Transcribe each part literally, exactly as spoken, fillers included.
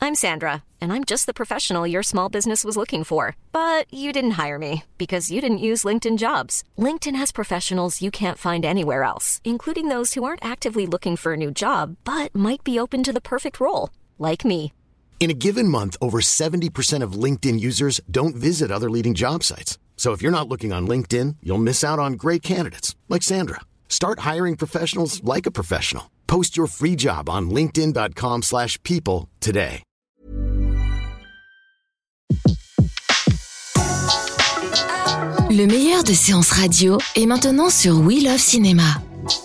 I'm Sandra, and I'm just the professional your small business was looking for. But you didn't hire me because you didn't use LinkedIn Jobs. LinkedIn has professionals you can't find anywhere else, including those who aren't actively looking for a new job, but might be open to the perfect role, like me. In a given month, over seventy percent of LinkedIn users don't visit other leading job sites. So if you're not looking on LinkedIn, you'll miss out on great candidates like Sandra. Start hiring professionals like a professional. Post your free job on linkedin.com slash people today. Le meilleur de séances radio est maintenant sur We Love Cinéma.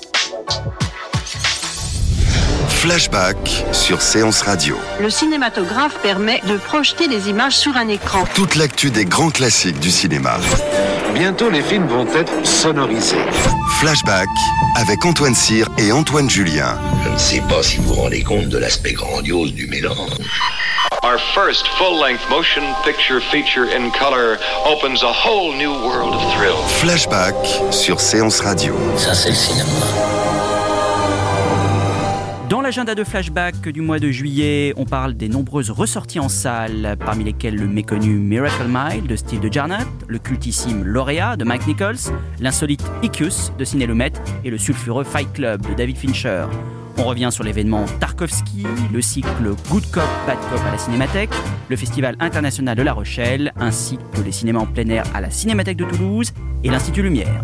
Flashback sur Séance Radio. Le cinématographe permet de projeter des images sur un écran. Toute l'actu des grands classiques du cinéma. Bientôt, les films vont être sonorisés. Flashback avec Antoine Cyr et Antoine Julien. Je ne sais pas si vous vous rendez compte de l'aspect grandiose du mélange. Our first full-length motion picture feature in color opens a whole new world of thrill. Flashback sur Séance Radio. Ça, c'est le cinéma. Dans l'agenda de Flashback du mois de juillet, on parle des nombreuses ressorties en salle, parmi lesquelles le méconnu Miracle Mile de Steve de Jarnatt, le cultissime Lauréat de Mike Nichols, l'insolite Icus de Sidney Lumet et le sulfureux Fight Club de David Fincher. On revient sur l'événement Tarkovsky, le cycle Good Cop, Bad Cop à la Cinémathèque, le Festival international de La Rochelle, ainsi que les cinémas en plein air à la Cinémathèque de Toulouse et l'Institut Lumière.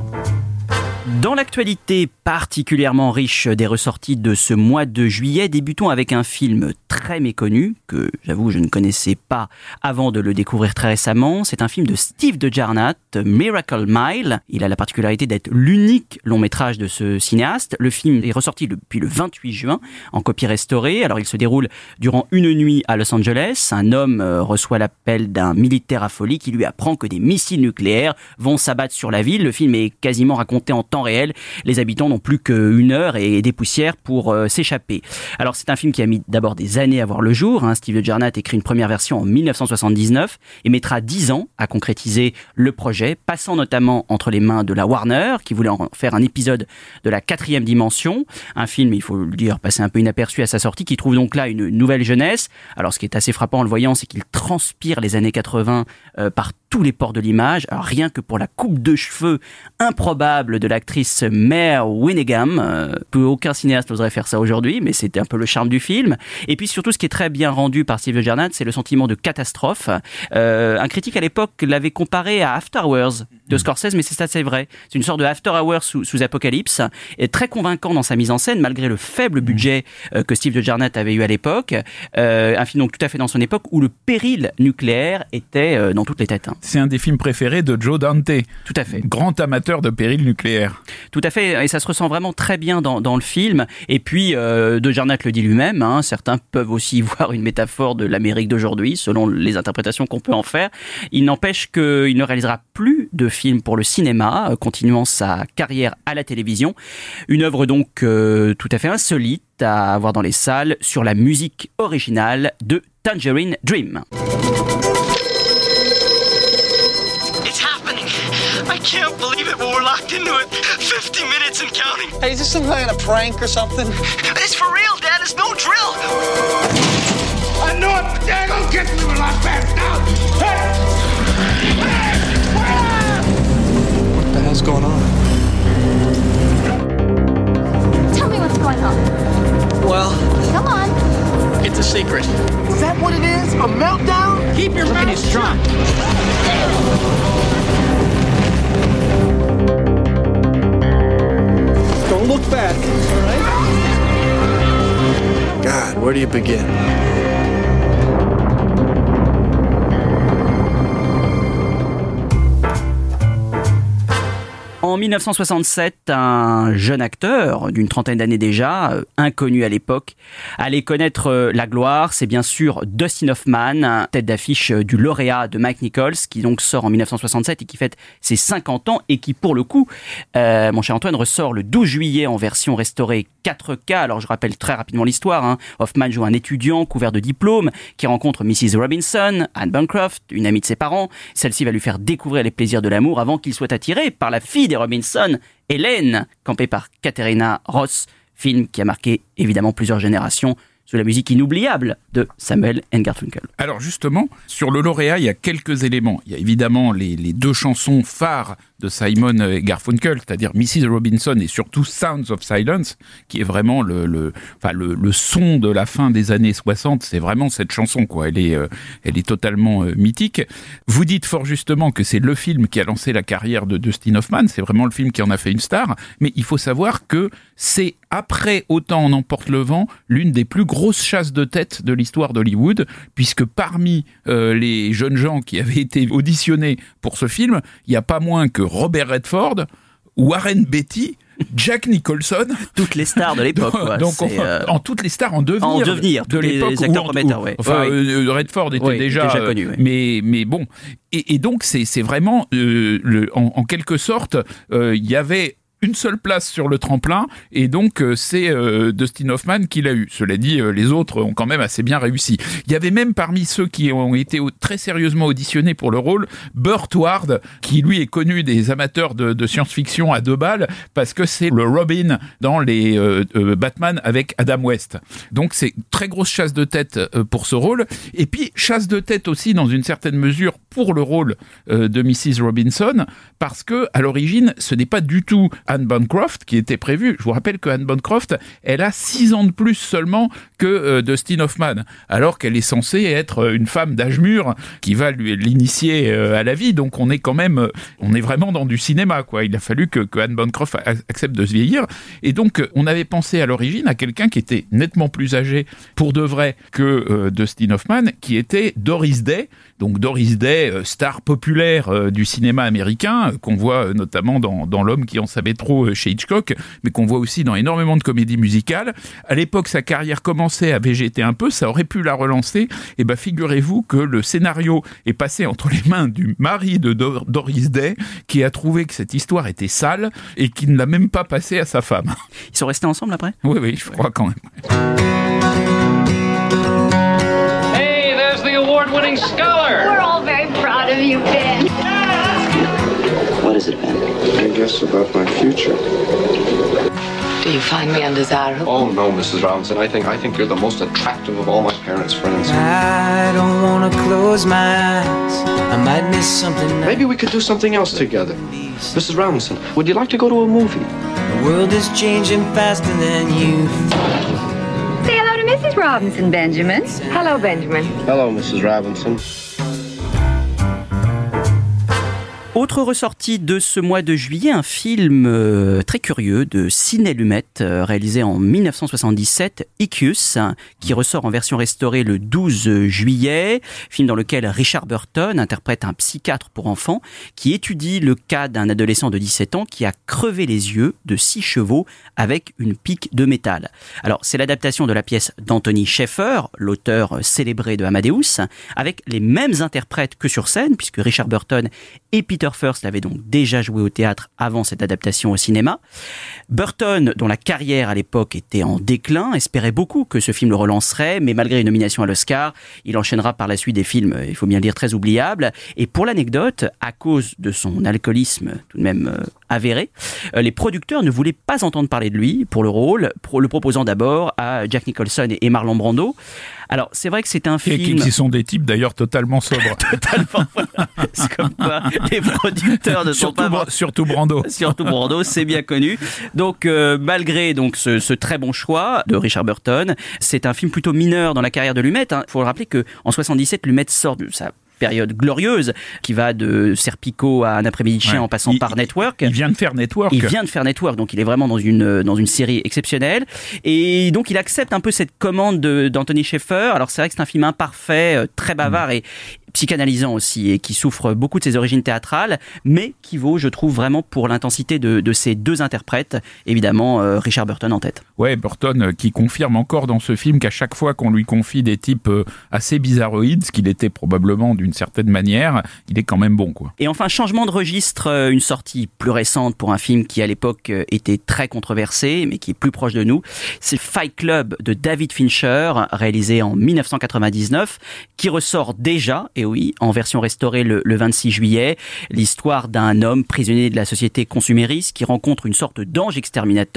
Dans l'actualité particulièrement riche des ressorties de ce mois de juillet, débutons avec un film très méconnu, que j'avoue je ne connaissais pas avant de le découvrir très récemment. C'est un film de Steve de Jarnatt, Miracle Mile. Il a la particularité d'être l'unique long métrage de ce cinéaste. Le film est ressorti depuis le vingt-huit juin en copie restaurée. Alors il se déroule durant une nuit à Los Angeles. Un homme reçoit l'appel d'un militaire affolé qui lui apprend que des missiles nucléaires vont s'abattre sur la ville. Le film est quasiment raconté en temps réel. Les habitants n'ont plus qu'une heure et des poussières pour euh, s'échapper. Alors c'est un film qui a mis d'abord des années à voir le jour. Hein. Steve de Jarnatt écrit une première version en dix-neuf cent soixante-dix-neuf et mettra dix ans à concrétiser le projet, passant notamment entre les mains de la Warner, qui voulait en faire un épisode de la quatrième dimension. Un film, il faut le dire, passé un peu inaperçu à sa sortie, qui trouve donc là une nouvelle jeunesse. Alors ce qui est assez frappant en le voyant, c'est qu'il transpire les années quatre-vingts euh, par tous les pores de l'image. Alors rien que pour la coupe de cheveux improbable de l'actrice Mare Winningham, euh, peu aucun cinéaste n'oserait faire ça aujourd'hui, mais c'était un peu le charme du film. Et puis surtout, ce qui est très bien rendu par Steve de Jarnatt, c'est le sentiment de catastrophe. Euh, un critique à l'époque l'avait comparé à After Hours de Scorsese, mais c'est ça, c'est vrai. C'est une sorte de After Hours sous, sous Apocalypse, et très convaincant dans sa mise en scène, malgré le faible budget euh, que Steve de Jarnatt avait eu à l'époque. Euh, un film donc tout à fait dans son époque, où le péril nucléaire était euh, dans toutes les têtes. Hein. C'est un des films préférés de Joe Dante. Tout à fait. Grand amateur de péril nucléaire. Tout à fait, et ça se ressent vraiment très bien dans, dans le film. Et puis, euh, de Jarnatt le dit lui-même, hein, certains peuvent aussi voir une métaphore de l'Amérique d'aujourd'hui, selon les interprétations qu'on peut en faire. Il n'empêche qu'il ne réalisera plus de films pour le cinéma, continuant sa carrière à la télévision. Une œuvre donc euh, tout à fait insolite à voir dans les salles sur la musique originale de Tangerine Dream. I can't believe it, but we're locked into it. fifty minutes and counting. Hey, is this some kind of prank or something? It's for real, Dad. It's no drill. I know it, but they're gonna get me with my pants now. Hey! What the hell's going on? Tell me what's going on. Well... Come on. It's a secret. Is that what it is? A meltdown? Keep your mouth shut. Don't look back, all right? God, where do you begin? En dix-neuf cent soixante-sept, un jeune acteur d'une trentaine d'années déjà, euh, inconnu à l'époque, allait connaître euh, la gloire. C'est bien sûr Dustin Hoffman, tête d'affiche euh, du Lauréat de Mike Nichols, qui donc sort en dix-neuf cent soixante-sept et qui fête ses cinquante ans et qui, pour le coup, euh, mon cher Antoine, ressort le douze juillet en version restaurée quatre K. Alors je rappelle très rapidement l'histoire. Hein. Hoffman joue un étudiant couvert de diplômes qui rencontre missus Robinson, Anne Bancroft, une amie de ses parents. Celle-ci va lui faire découvrir les plaisirs de l'amour avant qu'il soit attiré par la fille des Robinson, Hélène, campée par Katharina Ross, film qui a marqué évidemment plusieurs générations sous la musique inoubliable de Samuel and Garfunkel. Alors justement, sur le lauréat, il y a quelques éléments. Il y a évidemment les, les deux chansons phares de Simon et Garfunkel, c'est-à-dire missus Robinson et surtout Sounds of Silence, qui est vraiment le, le, enfin le, le son de la fin des années soixante. C'est vraiment cette chanson, quoi. Elle est, euh, elle est totalement euh, mythique. Vous dites fort justement que c'est le film qui a lancé la carrière de Dustin Hoffman. C'est vraiment le film qui en a fait une star. Mais il faut savoir que c'est après Autant en emporte le vent l'une des plus grosses chasses de tête de l'histoire d'Hollywood, puisque parmi euh, les jeunes gens qui avaient été auditionnés pour ce film, il n'y a pas moins que Robert Redford, Warren Beatty, Jack Nicholson, toutes les stars de l'époque, quoi. Donc, on, euh... en toutes les stars en devenir, en devenir de l'époque, les acteurs prometteurs, ouais. Enfin, ouais. Euh, Redford était ouais, déjà, déjà connu, ouais. mais mais bon, et, et donc c'est c'est vraiment euh, le, en, en quelque sorte, il euh, y avait une seule place sur le tremplin, et donc euh, c'est euh, Dustin Hoffman qui l'a eu. Cela dit, euh, les autres ont quand même assez bien réussi. Il y avait même parmi ceux qui ont été très sérieusement auditionnés pour le rôle, Burt Ward, qui lui est connu des amateurs de, de science-fiction à deux balles, parce que c'est le Robin dans les euh, euh, Batman avec Adam West. Donc c'est très grosse chasse de tête euh, pour ce rôle, et puis chasse de tête aussi dans une certaine mesure pour le rôle euh, de missus Robinson, parce que à l'origine, ce n'est pas du tout Anne Bancroft qui était prévue. Je vous rappelle que Anne Bancroft, elle a six ans de plus seulement que euh, Dustin Hoffman, alors qu'elle est censée être une femme d'âge mûr qui va lui l'initier euh, à la vie. Donc on est quand même, euh, on est vraiment dans du cinéma, quoi. Il a fallu que, que Anne Bancroft a, accepte de se vieillir. Et donc on avait pensé à l'origine à quelqu'un qui était nettement plus âgé pour de vrai que euh, Dustin Hoffman, qui était Doris Day. Donc Doris Day, euh, star populaire euh, du cinéma américain, euh, qu'on voit euh, notamment dans, dans L'homme qui en savait trop euh, chez Hitchcock, mais qu'on voit aussi dans énormément de comédies musicales. À l'époque, sa carrière commençait à végéter un peu, ça aurait pu la relancer. Et ben figurez-vous que le scénario est passé entre les mains du mari de Dor- Doris Day, qui a trouvé que cette histoire était sale et qui ne l'a même pas passé à sa femme. Ils sont restés ensemble après ? Oui, oui, je crois quand même. Award-winning scholar. We're all very proud of you, Ben. What is it, Ben? I guess about my future. Do you find me undesirable? Oh no, Missus Robinson. I think I think you're the most attractive of all my parents' friends. I don't want to close my eyes. I might miss something. Maybe we could do something else together. Missus Robinson, would you like to go to a movie? The world is changing faster than you. Say hello to Missus Robinson, Benjamin. Hello, Benjamin. Hello, Missus Robinson. Autre ressortie de ce mois de juillet, un film euh, très curieux de Sidney Lumet, euh, réalisé en dix-neuf cent soixante-dix-sept, Iccius, hein, qui ressort en version restaurée le douze juillet. Film dans lequel Richard Burton interprète un psychiatre pour enfants qui étudie le cas d'un adolescent de dix-sept ans qui a crevé les yeux de six chevaux avec une pique de métal. Alors, c'est l'adaptation de la pièce d'Anthony Sheffer, l'auteur célébré de Amadeus, avec les mêmes interprètes que sur scène, puisque Richard Burton et Peter First l'avait donc déjà joué au théâtre avant cette adaptation au cinéma. Burton, dont la carrière à l'époque était en déclin, espérait beaucoup que ce film le relancerait, mais malgré une nomination à l'Oscar, il enchaînera par la suite des films, il faut bien le dire, très oubliables. Et pour l'anecdote, à cause de son alcoolisme tout de même euh, avéré, euh, les producteurs ne voulaient pas entendre parler de lui pour le rôle, pour le proposant d'abord à Jack Nicholson et Marlon Brando. Alors, c'est vrai que c'est un film... Et qui sont des types d'ailleurs totalement sobres. Totalement, voilà. C'est comme quoi les producteurs ne sont surtout, pas... Bra- surtout Brando. Surtout Brando, c'est bien connu. Donc, euh, malgré donc ce, ce très bon choix de Richard Burton, c'est un film plutôt mineur dans la carrière de Lumet. Il faut le rappeler qu'en soixante-dix-sept, Lumet sort de sa période glorieuse qui va de Serpico à Un après-midi de chien, ouais. en passant il, par Network. Il vient de faire Network. Il vient de faire Network, donc il est vraiment dans une dans une série exceptionnelle. Et donc il accepte un peu cette commande de, d'Anthony Sheffer. Alors c'est vrai que c'est un film imparfait, très bavard mmh. et psychanalysant aussi, et qui souffre beaucoup de ses origines théâtrales, mais qui vaut, je trouve, vraiment pour l'intensité de, de ces deux interprètes, évidemment euh, Richard Burton en tête. Ouais, Burton euh, qui confirme encore dans ce film qu'à chaque fois qu'on lui confie des types euh, assez bizarroïdes, ce qu'il était probablement d'une certaine manière, il est quand même bon, quoi. Et enfin, changement de registre, euh, une sortie plus récente pour un film qui à l'époque euh, était très controversé, mais qui est plus proche de nous, c'est Fight Club de David Fincher, réalisé en dix-neuf cent quatre-vingt-dix-neuf, qui ressort déjà, et oui, en version restaurée le, le vingt-six juillet, l'histoire d'un homme prisonnier de la société consumériste qui rencontre une sorte d'ange exterminateur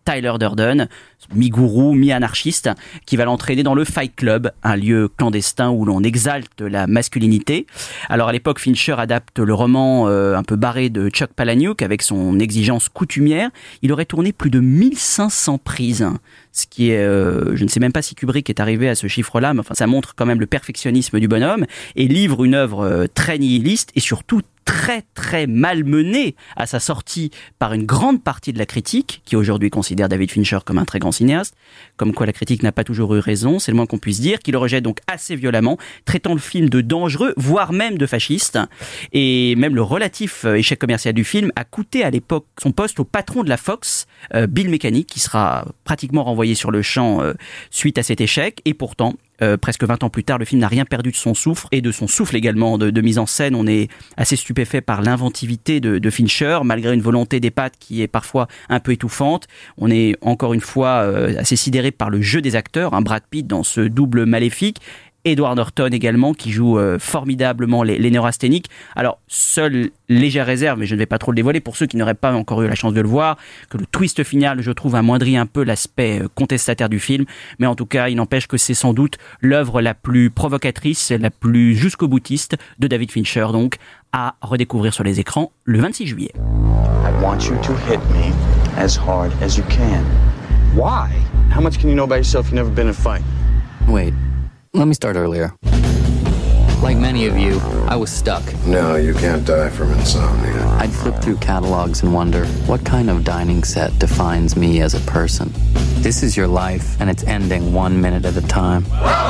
Tyler Durden, mi-gourou, mi-anarchiste, qui va l'entraîner dans le Fight Club, un lieu clandestin où l'on exalte la masculinité. Alors à l'époque, Fincher adapte le roman euh, un peu barré de Chuck Palahniuk avec son exigence coutumière. Il aurait tourné plus de mille cinq cents prises, ce qui est, euh, je ne sais même pas si Kubrick est arrivé à ce chiffre-là, mais enfin ça montre quand même le perfectionnisme du bonhomme et livre une œuvre euh, très nihiliste et surtout très très malmené à sa sortie par une grande partie de la critique, qui aujourd'hui considère David Fincher comme un très grand cinéaste, comme quoi la critique n'a pas toujours eu raison, c'est le moins qu'on puisse dire, qui le rejette donc assez violemment, traitant le film de dangereux, voire même de fasciste, et même le relatif échec commercial du film a coûté à l'époque son poste au patron de la Fox, euh, Bill Mechanic, qui sera pratiquement renvoyé sur le champ euh, suite à cet échec, et pourtant Euh, presque vingt ans plus tard, le film n'a rien perdu de son souffle et de son souffle également de, de mise en scène. On est assez stupéfait par l'inventivité de, de Fincher, malgré une volonté des pattes qui est parfois un peu étouffante. On est encore une fois euh, assez sidéré par le jeu des acteurs, hein, Brad Pitt dans ce double maléfique. Edward Norton également, qui joue euh, formidablement les, les neurasthéniques. Alors, seule légère réserve, mais je ne vais pas trop le dévoiler, pour ceux qui n'auraient pas encore eu la chance de le voir, que le twist final, je trouve, amoindrit un peu l'aspect euh, contestataire du film, mais en tout cas, il n'empêche que c'est sans doute l'œuvre la plus provocatrice, la plus jusqu'au boutiste de David Fincher, donc, à redécouvrir sur les écrans le vingt-six juillet. I want you to hit me as hard as you can. Why? How much can you know by yourself? You've never been in a fight. Wait. Let me start earlier. Like many of you, I was stuck. No, you can't die from insomnia. I'd flip through catalogs and wonder, what kind of dining set defines me as a person? This is your life, and it's ending one minute at a time.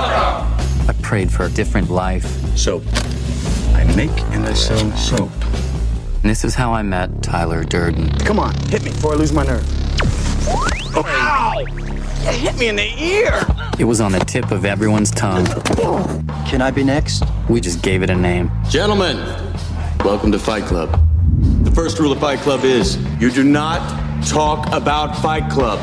I prayed for a different life. Soap. I make and I sell soap. And this is how I met Tyler Durden. Come on, hit me before I lose my nerve. Oh, ow! It hit me in the ear! It was on the tip of everyone's tongue. Can I be next? We just gave it a name. Gentlemen, welcome to Fight Club. The first rule of Fight Club is, you do not talk about Fight Club.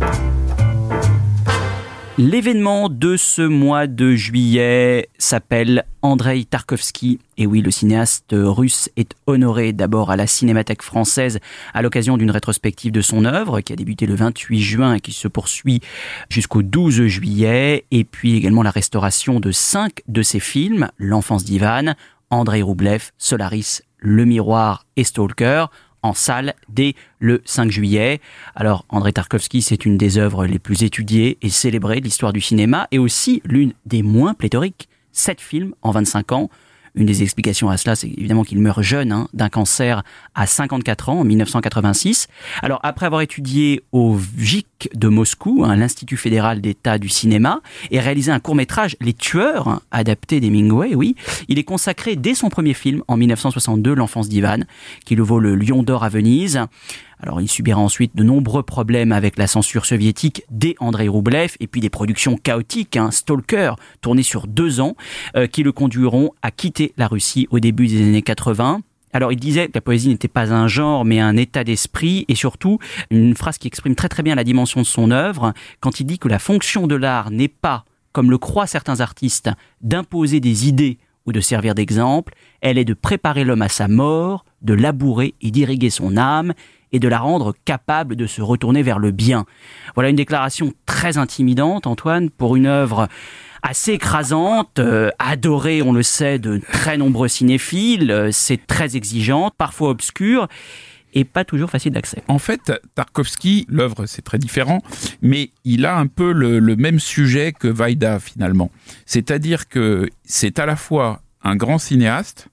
L'événement de ce mois de juillet s'appelle Andreï Tarkovsky. Et oui, le cinéaste russe est honoré d'abord à la Cinémathèque française à l'occasion d'une rétrospective de son œuvre qui a débuté le vingt-huit juin et qui se poursuit jusqu'au douze juillet. Et puis également la restauration de cinq de ses films, L'Enfance d'Ivan, Andrei Roublev, Solaris, Le Miroir et Stalker, en salle dès le cinq juillet. Alors, Andreï Tarkovsky, c'est une des œuvres les plus étudiées et célébrées de l'histoire du cinéma et aussi l'une des moins pléthoriques. Sept films en vingt-cinq ans. Une des explications à cela, c'est évidemment qu'il meurt jeune, hein, d'un cancer à cinquante-quatre ans, en dix-neuf cent quatre-vingt-six. Alors, après avoir étudié au G I C de Moscou, hein, l'Institut fédéral d'État du cinéma, et réalisé un court-métrage, Les Tueurs, hein, adapté d'Hemingway, oui, il est consacré dès son premier film, en dix-neuf cent soixante-deux, L'Enfance d'Ivan, qui lui vaut le Lion d'Or à Venise. Alors, il subira ensuite de nombreux problèmes avec la censure soviétique dès Andrei Roublev, et puis des productions chaotiques, hein, Stalker, tourné sur deux ans, euh, qui le conduiront à quitter la Russie au début des années quatre-vingts. Alors, il disait que la poésie n'était pas un genre, mais un état d'esprit, et surtout, une phrase qui exprime très très bien la dimension de son œuvre, quand il dit que la fonction de l'art n'est pas, comme le croient certains artistes, d'imposer des idées ou de servir d'exemple, elle est de préparer l'homme à sa mort, de labourer et d'irriguer son âme, et de la rendre capable de se retourner vers le bien. Voilà une déclaration très intimidante, Antoine, pour une œuvre assez écrasante, euh, adorée, on le sait, de très nombreux cinéphiles. Euh, c'est très exigeante, parfois obscure, et pas toujours facile d'accès. En fait, Tarkovsky, l'œuvre, c'est très différent, mais il a un peu le, le même sujet que Vaida, finalement. C'est-à-dire que c'est à la fois un grand cinéaste,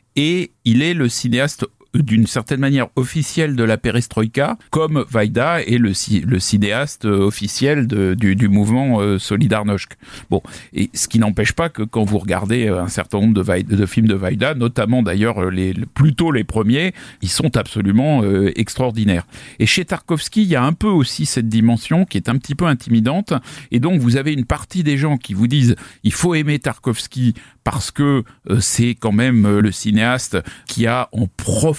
et il est le cinéaste d'une certaine manière officielle de la perestroïka, comme Vaida est le, le cinéaste officiel de, du, du mouvement euh, Solidarność. Bon, et ce qui n'empêche pas que quand vous regardez un certain nombre de, Vaida, de films de Vaida, notamment d'ailleurs les, plutôt les premiers, ils sont absolument euh, extraordinaires. Et chez Tarkovsky, il y a un peu aussi cette dimension qui est un petit peu intimidante, et donc vous avez une partie des gens qui vous disent il faut aimer Tarkovsky parce que euh, c'est quand même euh, le cinéaste qui a en profondeur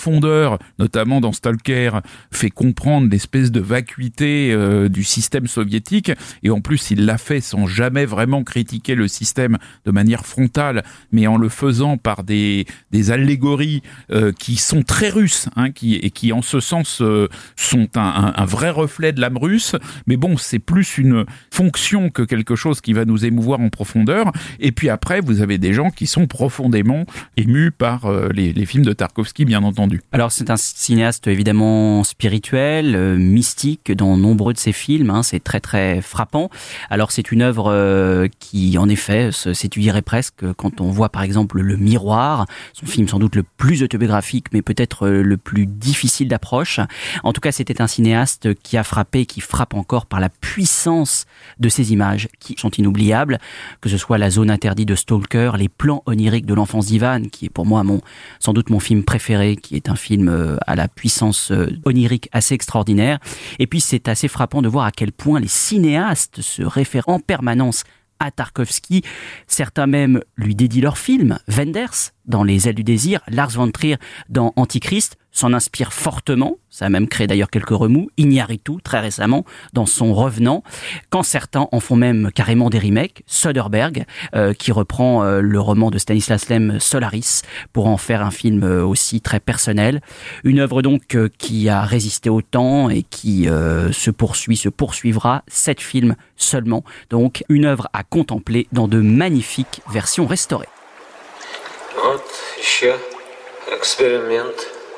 profondeur, notamment dans Stalker, fait comprendre l'espèce de vacuité euh, du système soviétique, et en plus il l'a fait sans jamais vraiment critiquer le système de manière frontale, mais en le faisant par des, des allégories euh, qui sont très russes, hein, qui, et qui en ce sens euh, sont un, un, un vrai reflet de l'âme russe, mais bon, c'est plus une fonction que quelque chose qui va nous émouvoir en profondeur. Et puis après, vous avez des gens qui sont profondément émus par euh, les, les films de Tarkovsky, bien entendu. Alors c'est un cinéaste évidemment spirituel, euh, mystique dans nombreux de ses films, hein, c'est très très frappant. Alors c'est une œuvre euh, qui en effet s'étudierait presque quand on voit par exemple Le Miroir, son film sans doute le plus autobiographique mais peut-être le plus difficile d'approche. En tout cas c'était un cinéaste qui a frappé, qui frappe encore par la puissance de ses images qui sont inoubliables, que ce soit La Zone Interdite de Stalker, Les Plans oniriques de l'enfance d'Ivan, qui est pour moi mon, sans doute mon film préféré, qui est un film à la puissance onirique assez extraordinaire. Et puis c'est assez frappant de voir à quel point les cinéastes se réfèrent en permanence à Tarkovsky. Certains même lui dédient leurs films. Wenders dans Les Ailes du désir, Lars von Trier dans Antichrist s'en inspire fortement. Ça a même créé d'ailleurs quelques remous. Iñárritu, très récemment, dans son Revenant. Quand certains en font même carrément des remakes. Soderbergh, euh, qui reprend euh, le roman de Stanislas Lem, Solaris, pour en faire un film euh, aussi très personnel. Une œuvre donc euh, qui a résisté au temps et qui euh, se poursuit, se poursuivra. Sept films seulement. Donc une œuvre à contempler dans de magnifiques versions restaurées. Вот еще эксперимент.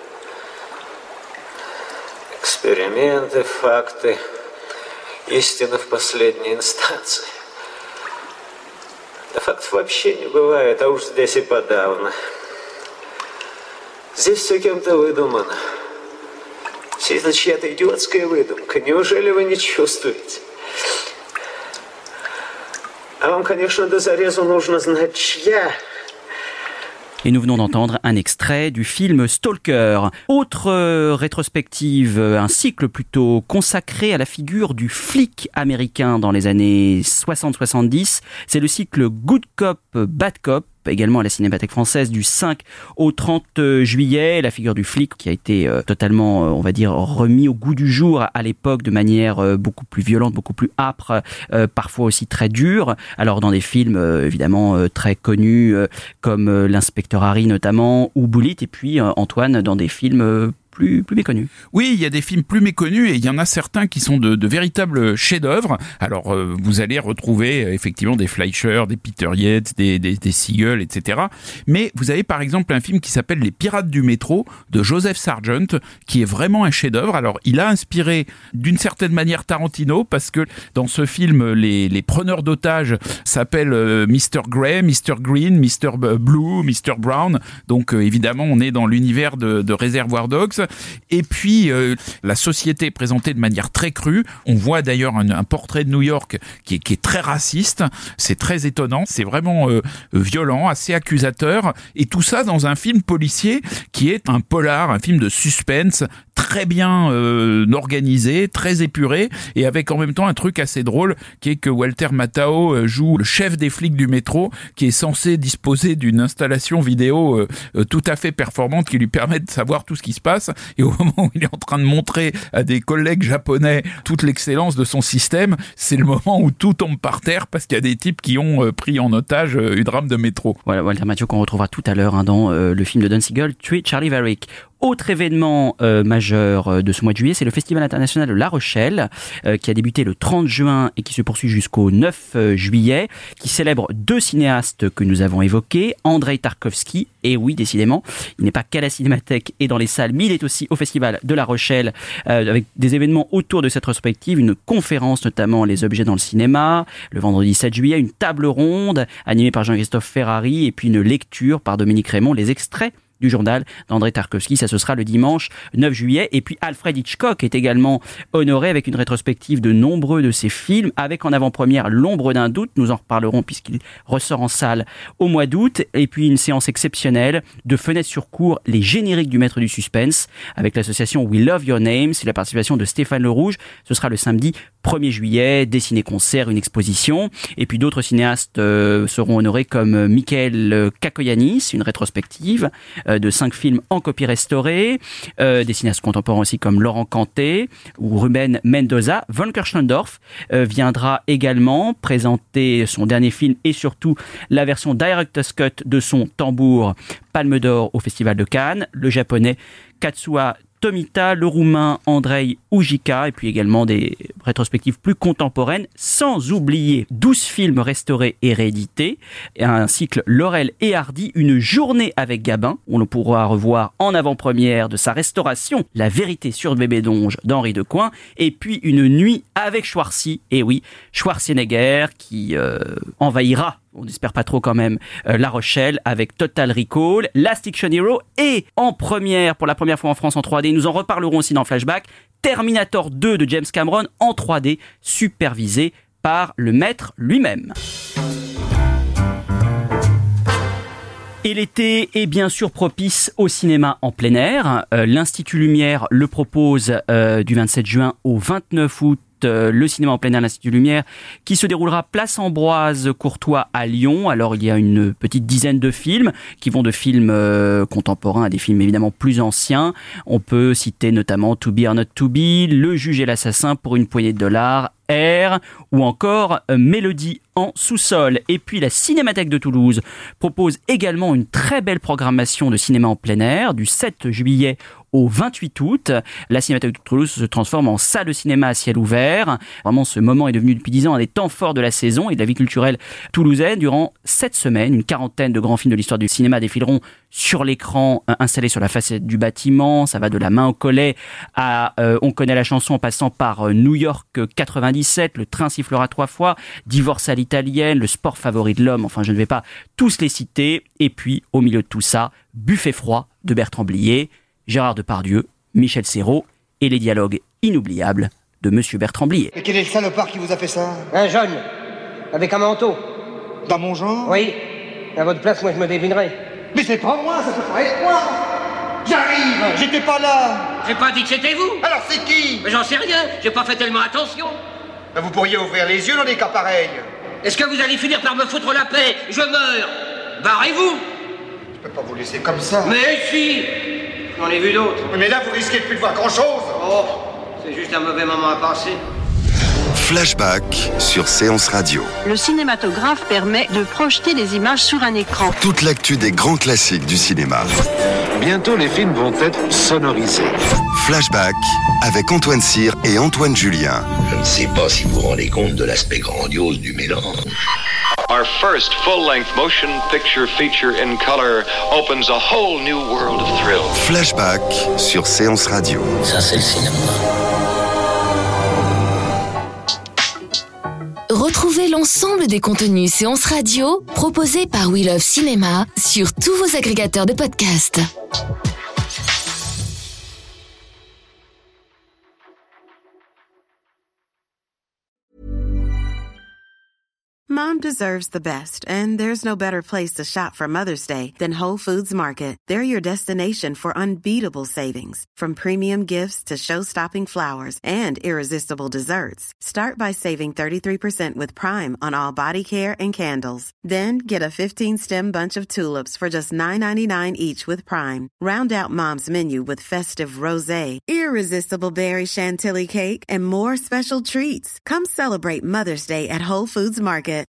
Эксперименты, факты, истина в последней инстанции. Да фактов вообще не бывает, а уж здесь и подавно. Здесь все кем-то выдумано. Все это чья-то идиотская выдумка. Неужели вы не чувствуете? А вам, конечно, до зарезу нужно знать, чья. Et nous venons d'entendre un extrait du film Stalker. Autre euh, rétrospective, un cycle plutôt consacré à la figure du flic américain dans les années soixante soixante-dix. C'est le cycle Good Cop, Bad Cop, également à la Cinémathèque française du cinq au trente juillet. La figure du flic qui a été euh, totalement, euh, on va dire, remis au goût du jour à, à l'époque de manière euh, beaucoup plus violente, beaucoup plus âpre, euh, parfois aussi très dure. Alors dans des films euh, évidemment euh, très connus euh, comme euh, L'inspecteur Harry notamment ou Bullitt, et puis euh, Antoine dans des films euh, Plus, plus méconnus. Oui, il y a des films plus méconnus et il y en a certains qui sont de, de véritables chefs-d'œuvre. Alors, euh, vous allez retrouver euh, effectivement des Fleischer, des Peter Yates, des, des, des Siegel, et cetera. Mais vous avez par exemple un film qui s'appelle Les Pirates du métro de Joseph Sargent, qui est vraiment un chef-d'œuvre. Alors, il a inspiré d'une certaine manière Tarantino parce que dans ce film, les, les preneurs d'otages s'appellent euh, mister Grey, mister Green, mister Blue, mister Brown. Donc, euh, évidemment, on est dans l'univers de, de Reservoir Dogs. Et puis, euh, la société est présentée de manière très crue. On voit d'ailleurs un, un portrait de New York qui est, qui est très raciste. C'est très étonnant. C'est vraiment euh, violent, assez accusateur. Et tout ça dans un film policier qui est un polar, un film de suspense très bien euh, organisé, très épuré, et avec en même temps un truc assez drôle qui est que Walter Matthau joue le chef des flics du métro qui est censé disposer d'une installation vidéo euh, euh, tout à fait performante qui lui permet de savoir tout ce qui se passe, et au moment où il est en train de montrer à des collègues japonais toute l'excellence de son système, c'est le moment où tout tombe par terre parce qu'il y a des types qui ont euh, pris en otage euh, une rame de métro. Voilà, Walter Matthau qu'on retrouvera tout à l'heure hein, dans euh, le film de Don Siegel, Tuer Charlie Varick. Autre événement euh, majeur de ce mois de juillet, c'est le Festival international de La Rochelle, euh, qui a débuté le trente juin et qui se poursuit jusqu'au neuf juillet, qui célèbre deux cinéastes que nous avons évoqués, Andrei Tarkovsky, et oui, décidément, il n'est pas qu'à la Cinémathèque et dans les salles, mais il est aussi au Festival de La Rochelle, euh, avec des événements autour de cette rétrospective, une conférence notamment Les objets dans le cinéma, le vendredi sept juillet, une table ronde animée par Jean-Christophe Ferrari, et puis une lecture par Dominique Raymond, les extraits du journal d'Andrei Tarkovsky. Ça, ce sera le dimanche neuf juillet. Et puis Alfred Hitchcock est également honoré avec une rétrospective de nombreux de ses films, avec en avant-première L'ombre d'un doute. Nous en reparlerons puisqu'il ressort en salle au mois d'août. Et puis une séance exceptionnelle de Fenêtre sur cour, les génériques du maître du suspense, avec l'association We Love Your Name. C'est la participation de Stéphane Le Rouge. Ce sera le samedi premier juillet, des ciné-concerts, une exposition. Et puis d'autres cinéastes euh, seront honorés comme Michael Kakoyanis, une rétrospective, euh, euh, de cinq films en copie restaurée. Euh, des cinéastes contemporains aussi comme Laurent Canté ou Ruben Mendoza. Von Kirchendorf euh, viendra également présenter son dernier film et surtout la version Director's Cut de son Tambour, Palme d'Or au Festival de Cannes. Le japonais Katsuya Tomita, le roumain Andrei Ujika, et puis également des rétrospectives plus contemporaines, sans oublier douze films restaurés et réédités, et un cycle Laurel et Hardy, une journée avec Gabin, où l'on pourra revoir en avant-première de sa restauration La vérité sur le bébé d'Onge d'Henri Decoing, et puis une nuit avec Schwarzy, et oui, Schwarzenegger qui euh, envahira, on n'espère pas trop quand même, euh, La Rochelle avec Total Recall, Last Action Hero et en première, pour la première fois en France en trois D, nous en reparlerons aussi dans Flashback, Terminator deux de James Cameron en trois D, supervisé par le maître lui-même. Et l'été est bien sûr propice au cinéma en plein air. Euh, L'Institut Lumière le propose euh, du vingt-sept juin au vingt-neuf août. Le cinéma en plein air, l'Institut Lumière, qui se déroulera place Ambroise Courtois à Lyon. Alors il y a une petite dizaine de films qui vont de films euh, contemporains à des films évidemment plus anciens. On peut citer notamment To Be or Not To Be, Le Juge et l'Assassin pour une poignée de dollars, Air ou encore euh, Mélodie en sous-sol. Et puis la Cinémathèque de Toulouse propose également une très belle programmation de cinéma en plein air du sept juillet au vingt-huit août. La Cinémathèque de Toulouse se transforme en salle de cinéma à ciel ouvert. Vraiment, ce moment est devenu depuis dix ans un des temps forts de la saison et de la vie culturelle toulousaine. Durant sept semaines, une quarantaine de grands films de l'histoire du cinéma défileront sur l'écran euh, installé sur la façade du bâtiment. Ça va de La main au collet à euh, On connaît la chanson en passant par euh, New York quatre-vingt-dix-sept, Le train sifflera trois fois, Divorce à l'italienne, Le sport favori de l'homme. Enfin, je ne vais pas tous les citer. Et puis, au milieu de tout ça, Buffet froid de Bertrand Blier, Gérard Depardieu, Michel Serrault et les dialogues inoubliables de Monsieur Bertrand Blier. Mais quel est le salopard qui vous a fait ça? Un jeune, avec un manteau. Dans mon genre? Oui. À votre place, moi je me débinerais. Mais c'est pas moi, ça peut pas être moi. J'arrive, j'étais pas là. J'ai pas dit que c'était vous. Alors c'est qui? Mais j'en sais rien, j'ai pas fait tellement attention. Ben vous pourriez ouvrir les yeux dans des cas pareils. Est-ce que vous allez finir par me foutre la paix? Je meurs. Barrez-vous. Je peux pas vous laisser comme ça. Mais si. J'en ai vu d'autres. Mais là, vous risquez de plus de voir grand-chose. Oh, c'est juste un mauvais moment à passer. Flashback sur Séance Radio. Le cinématographe permet de projeter les images sur un écran. Toute l'actu des grands classiques du cinéma. Bientôt, les films vont être sonorisés. Flashback avec Antoine Cyr et Antoine Julien. Je ne sais pas si vous vous rendez compte de l'aspect grandiose du mélange. Our first full-length motion picture feature in color opens a whole new world of thrill. Flashback sur Séance Radio. Ça, c'est le cinéma. Retrouvez l'ensemble des contenus Séance Radio proposés par We Love Cinéma sur tous vos agrégateurs de podcasts. Mom deserves the best, and there's no better place to shop for Mother's Day than Whole Foods Market. They're your destination for unbeatable savings, from premium gifts to show-stopping flowers and irresistible desserts. Start by saving thirty-three percent with Prime on all body care and candles. Then get a fifteen-stem bunch of tulips for just nine ninety-nine each with Prime. Round out Mom's menu with festive rosé, irresistible berry chantilly cake, and more special treats. Come celebrate Mother's Day at Whole Foods Market.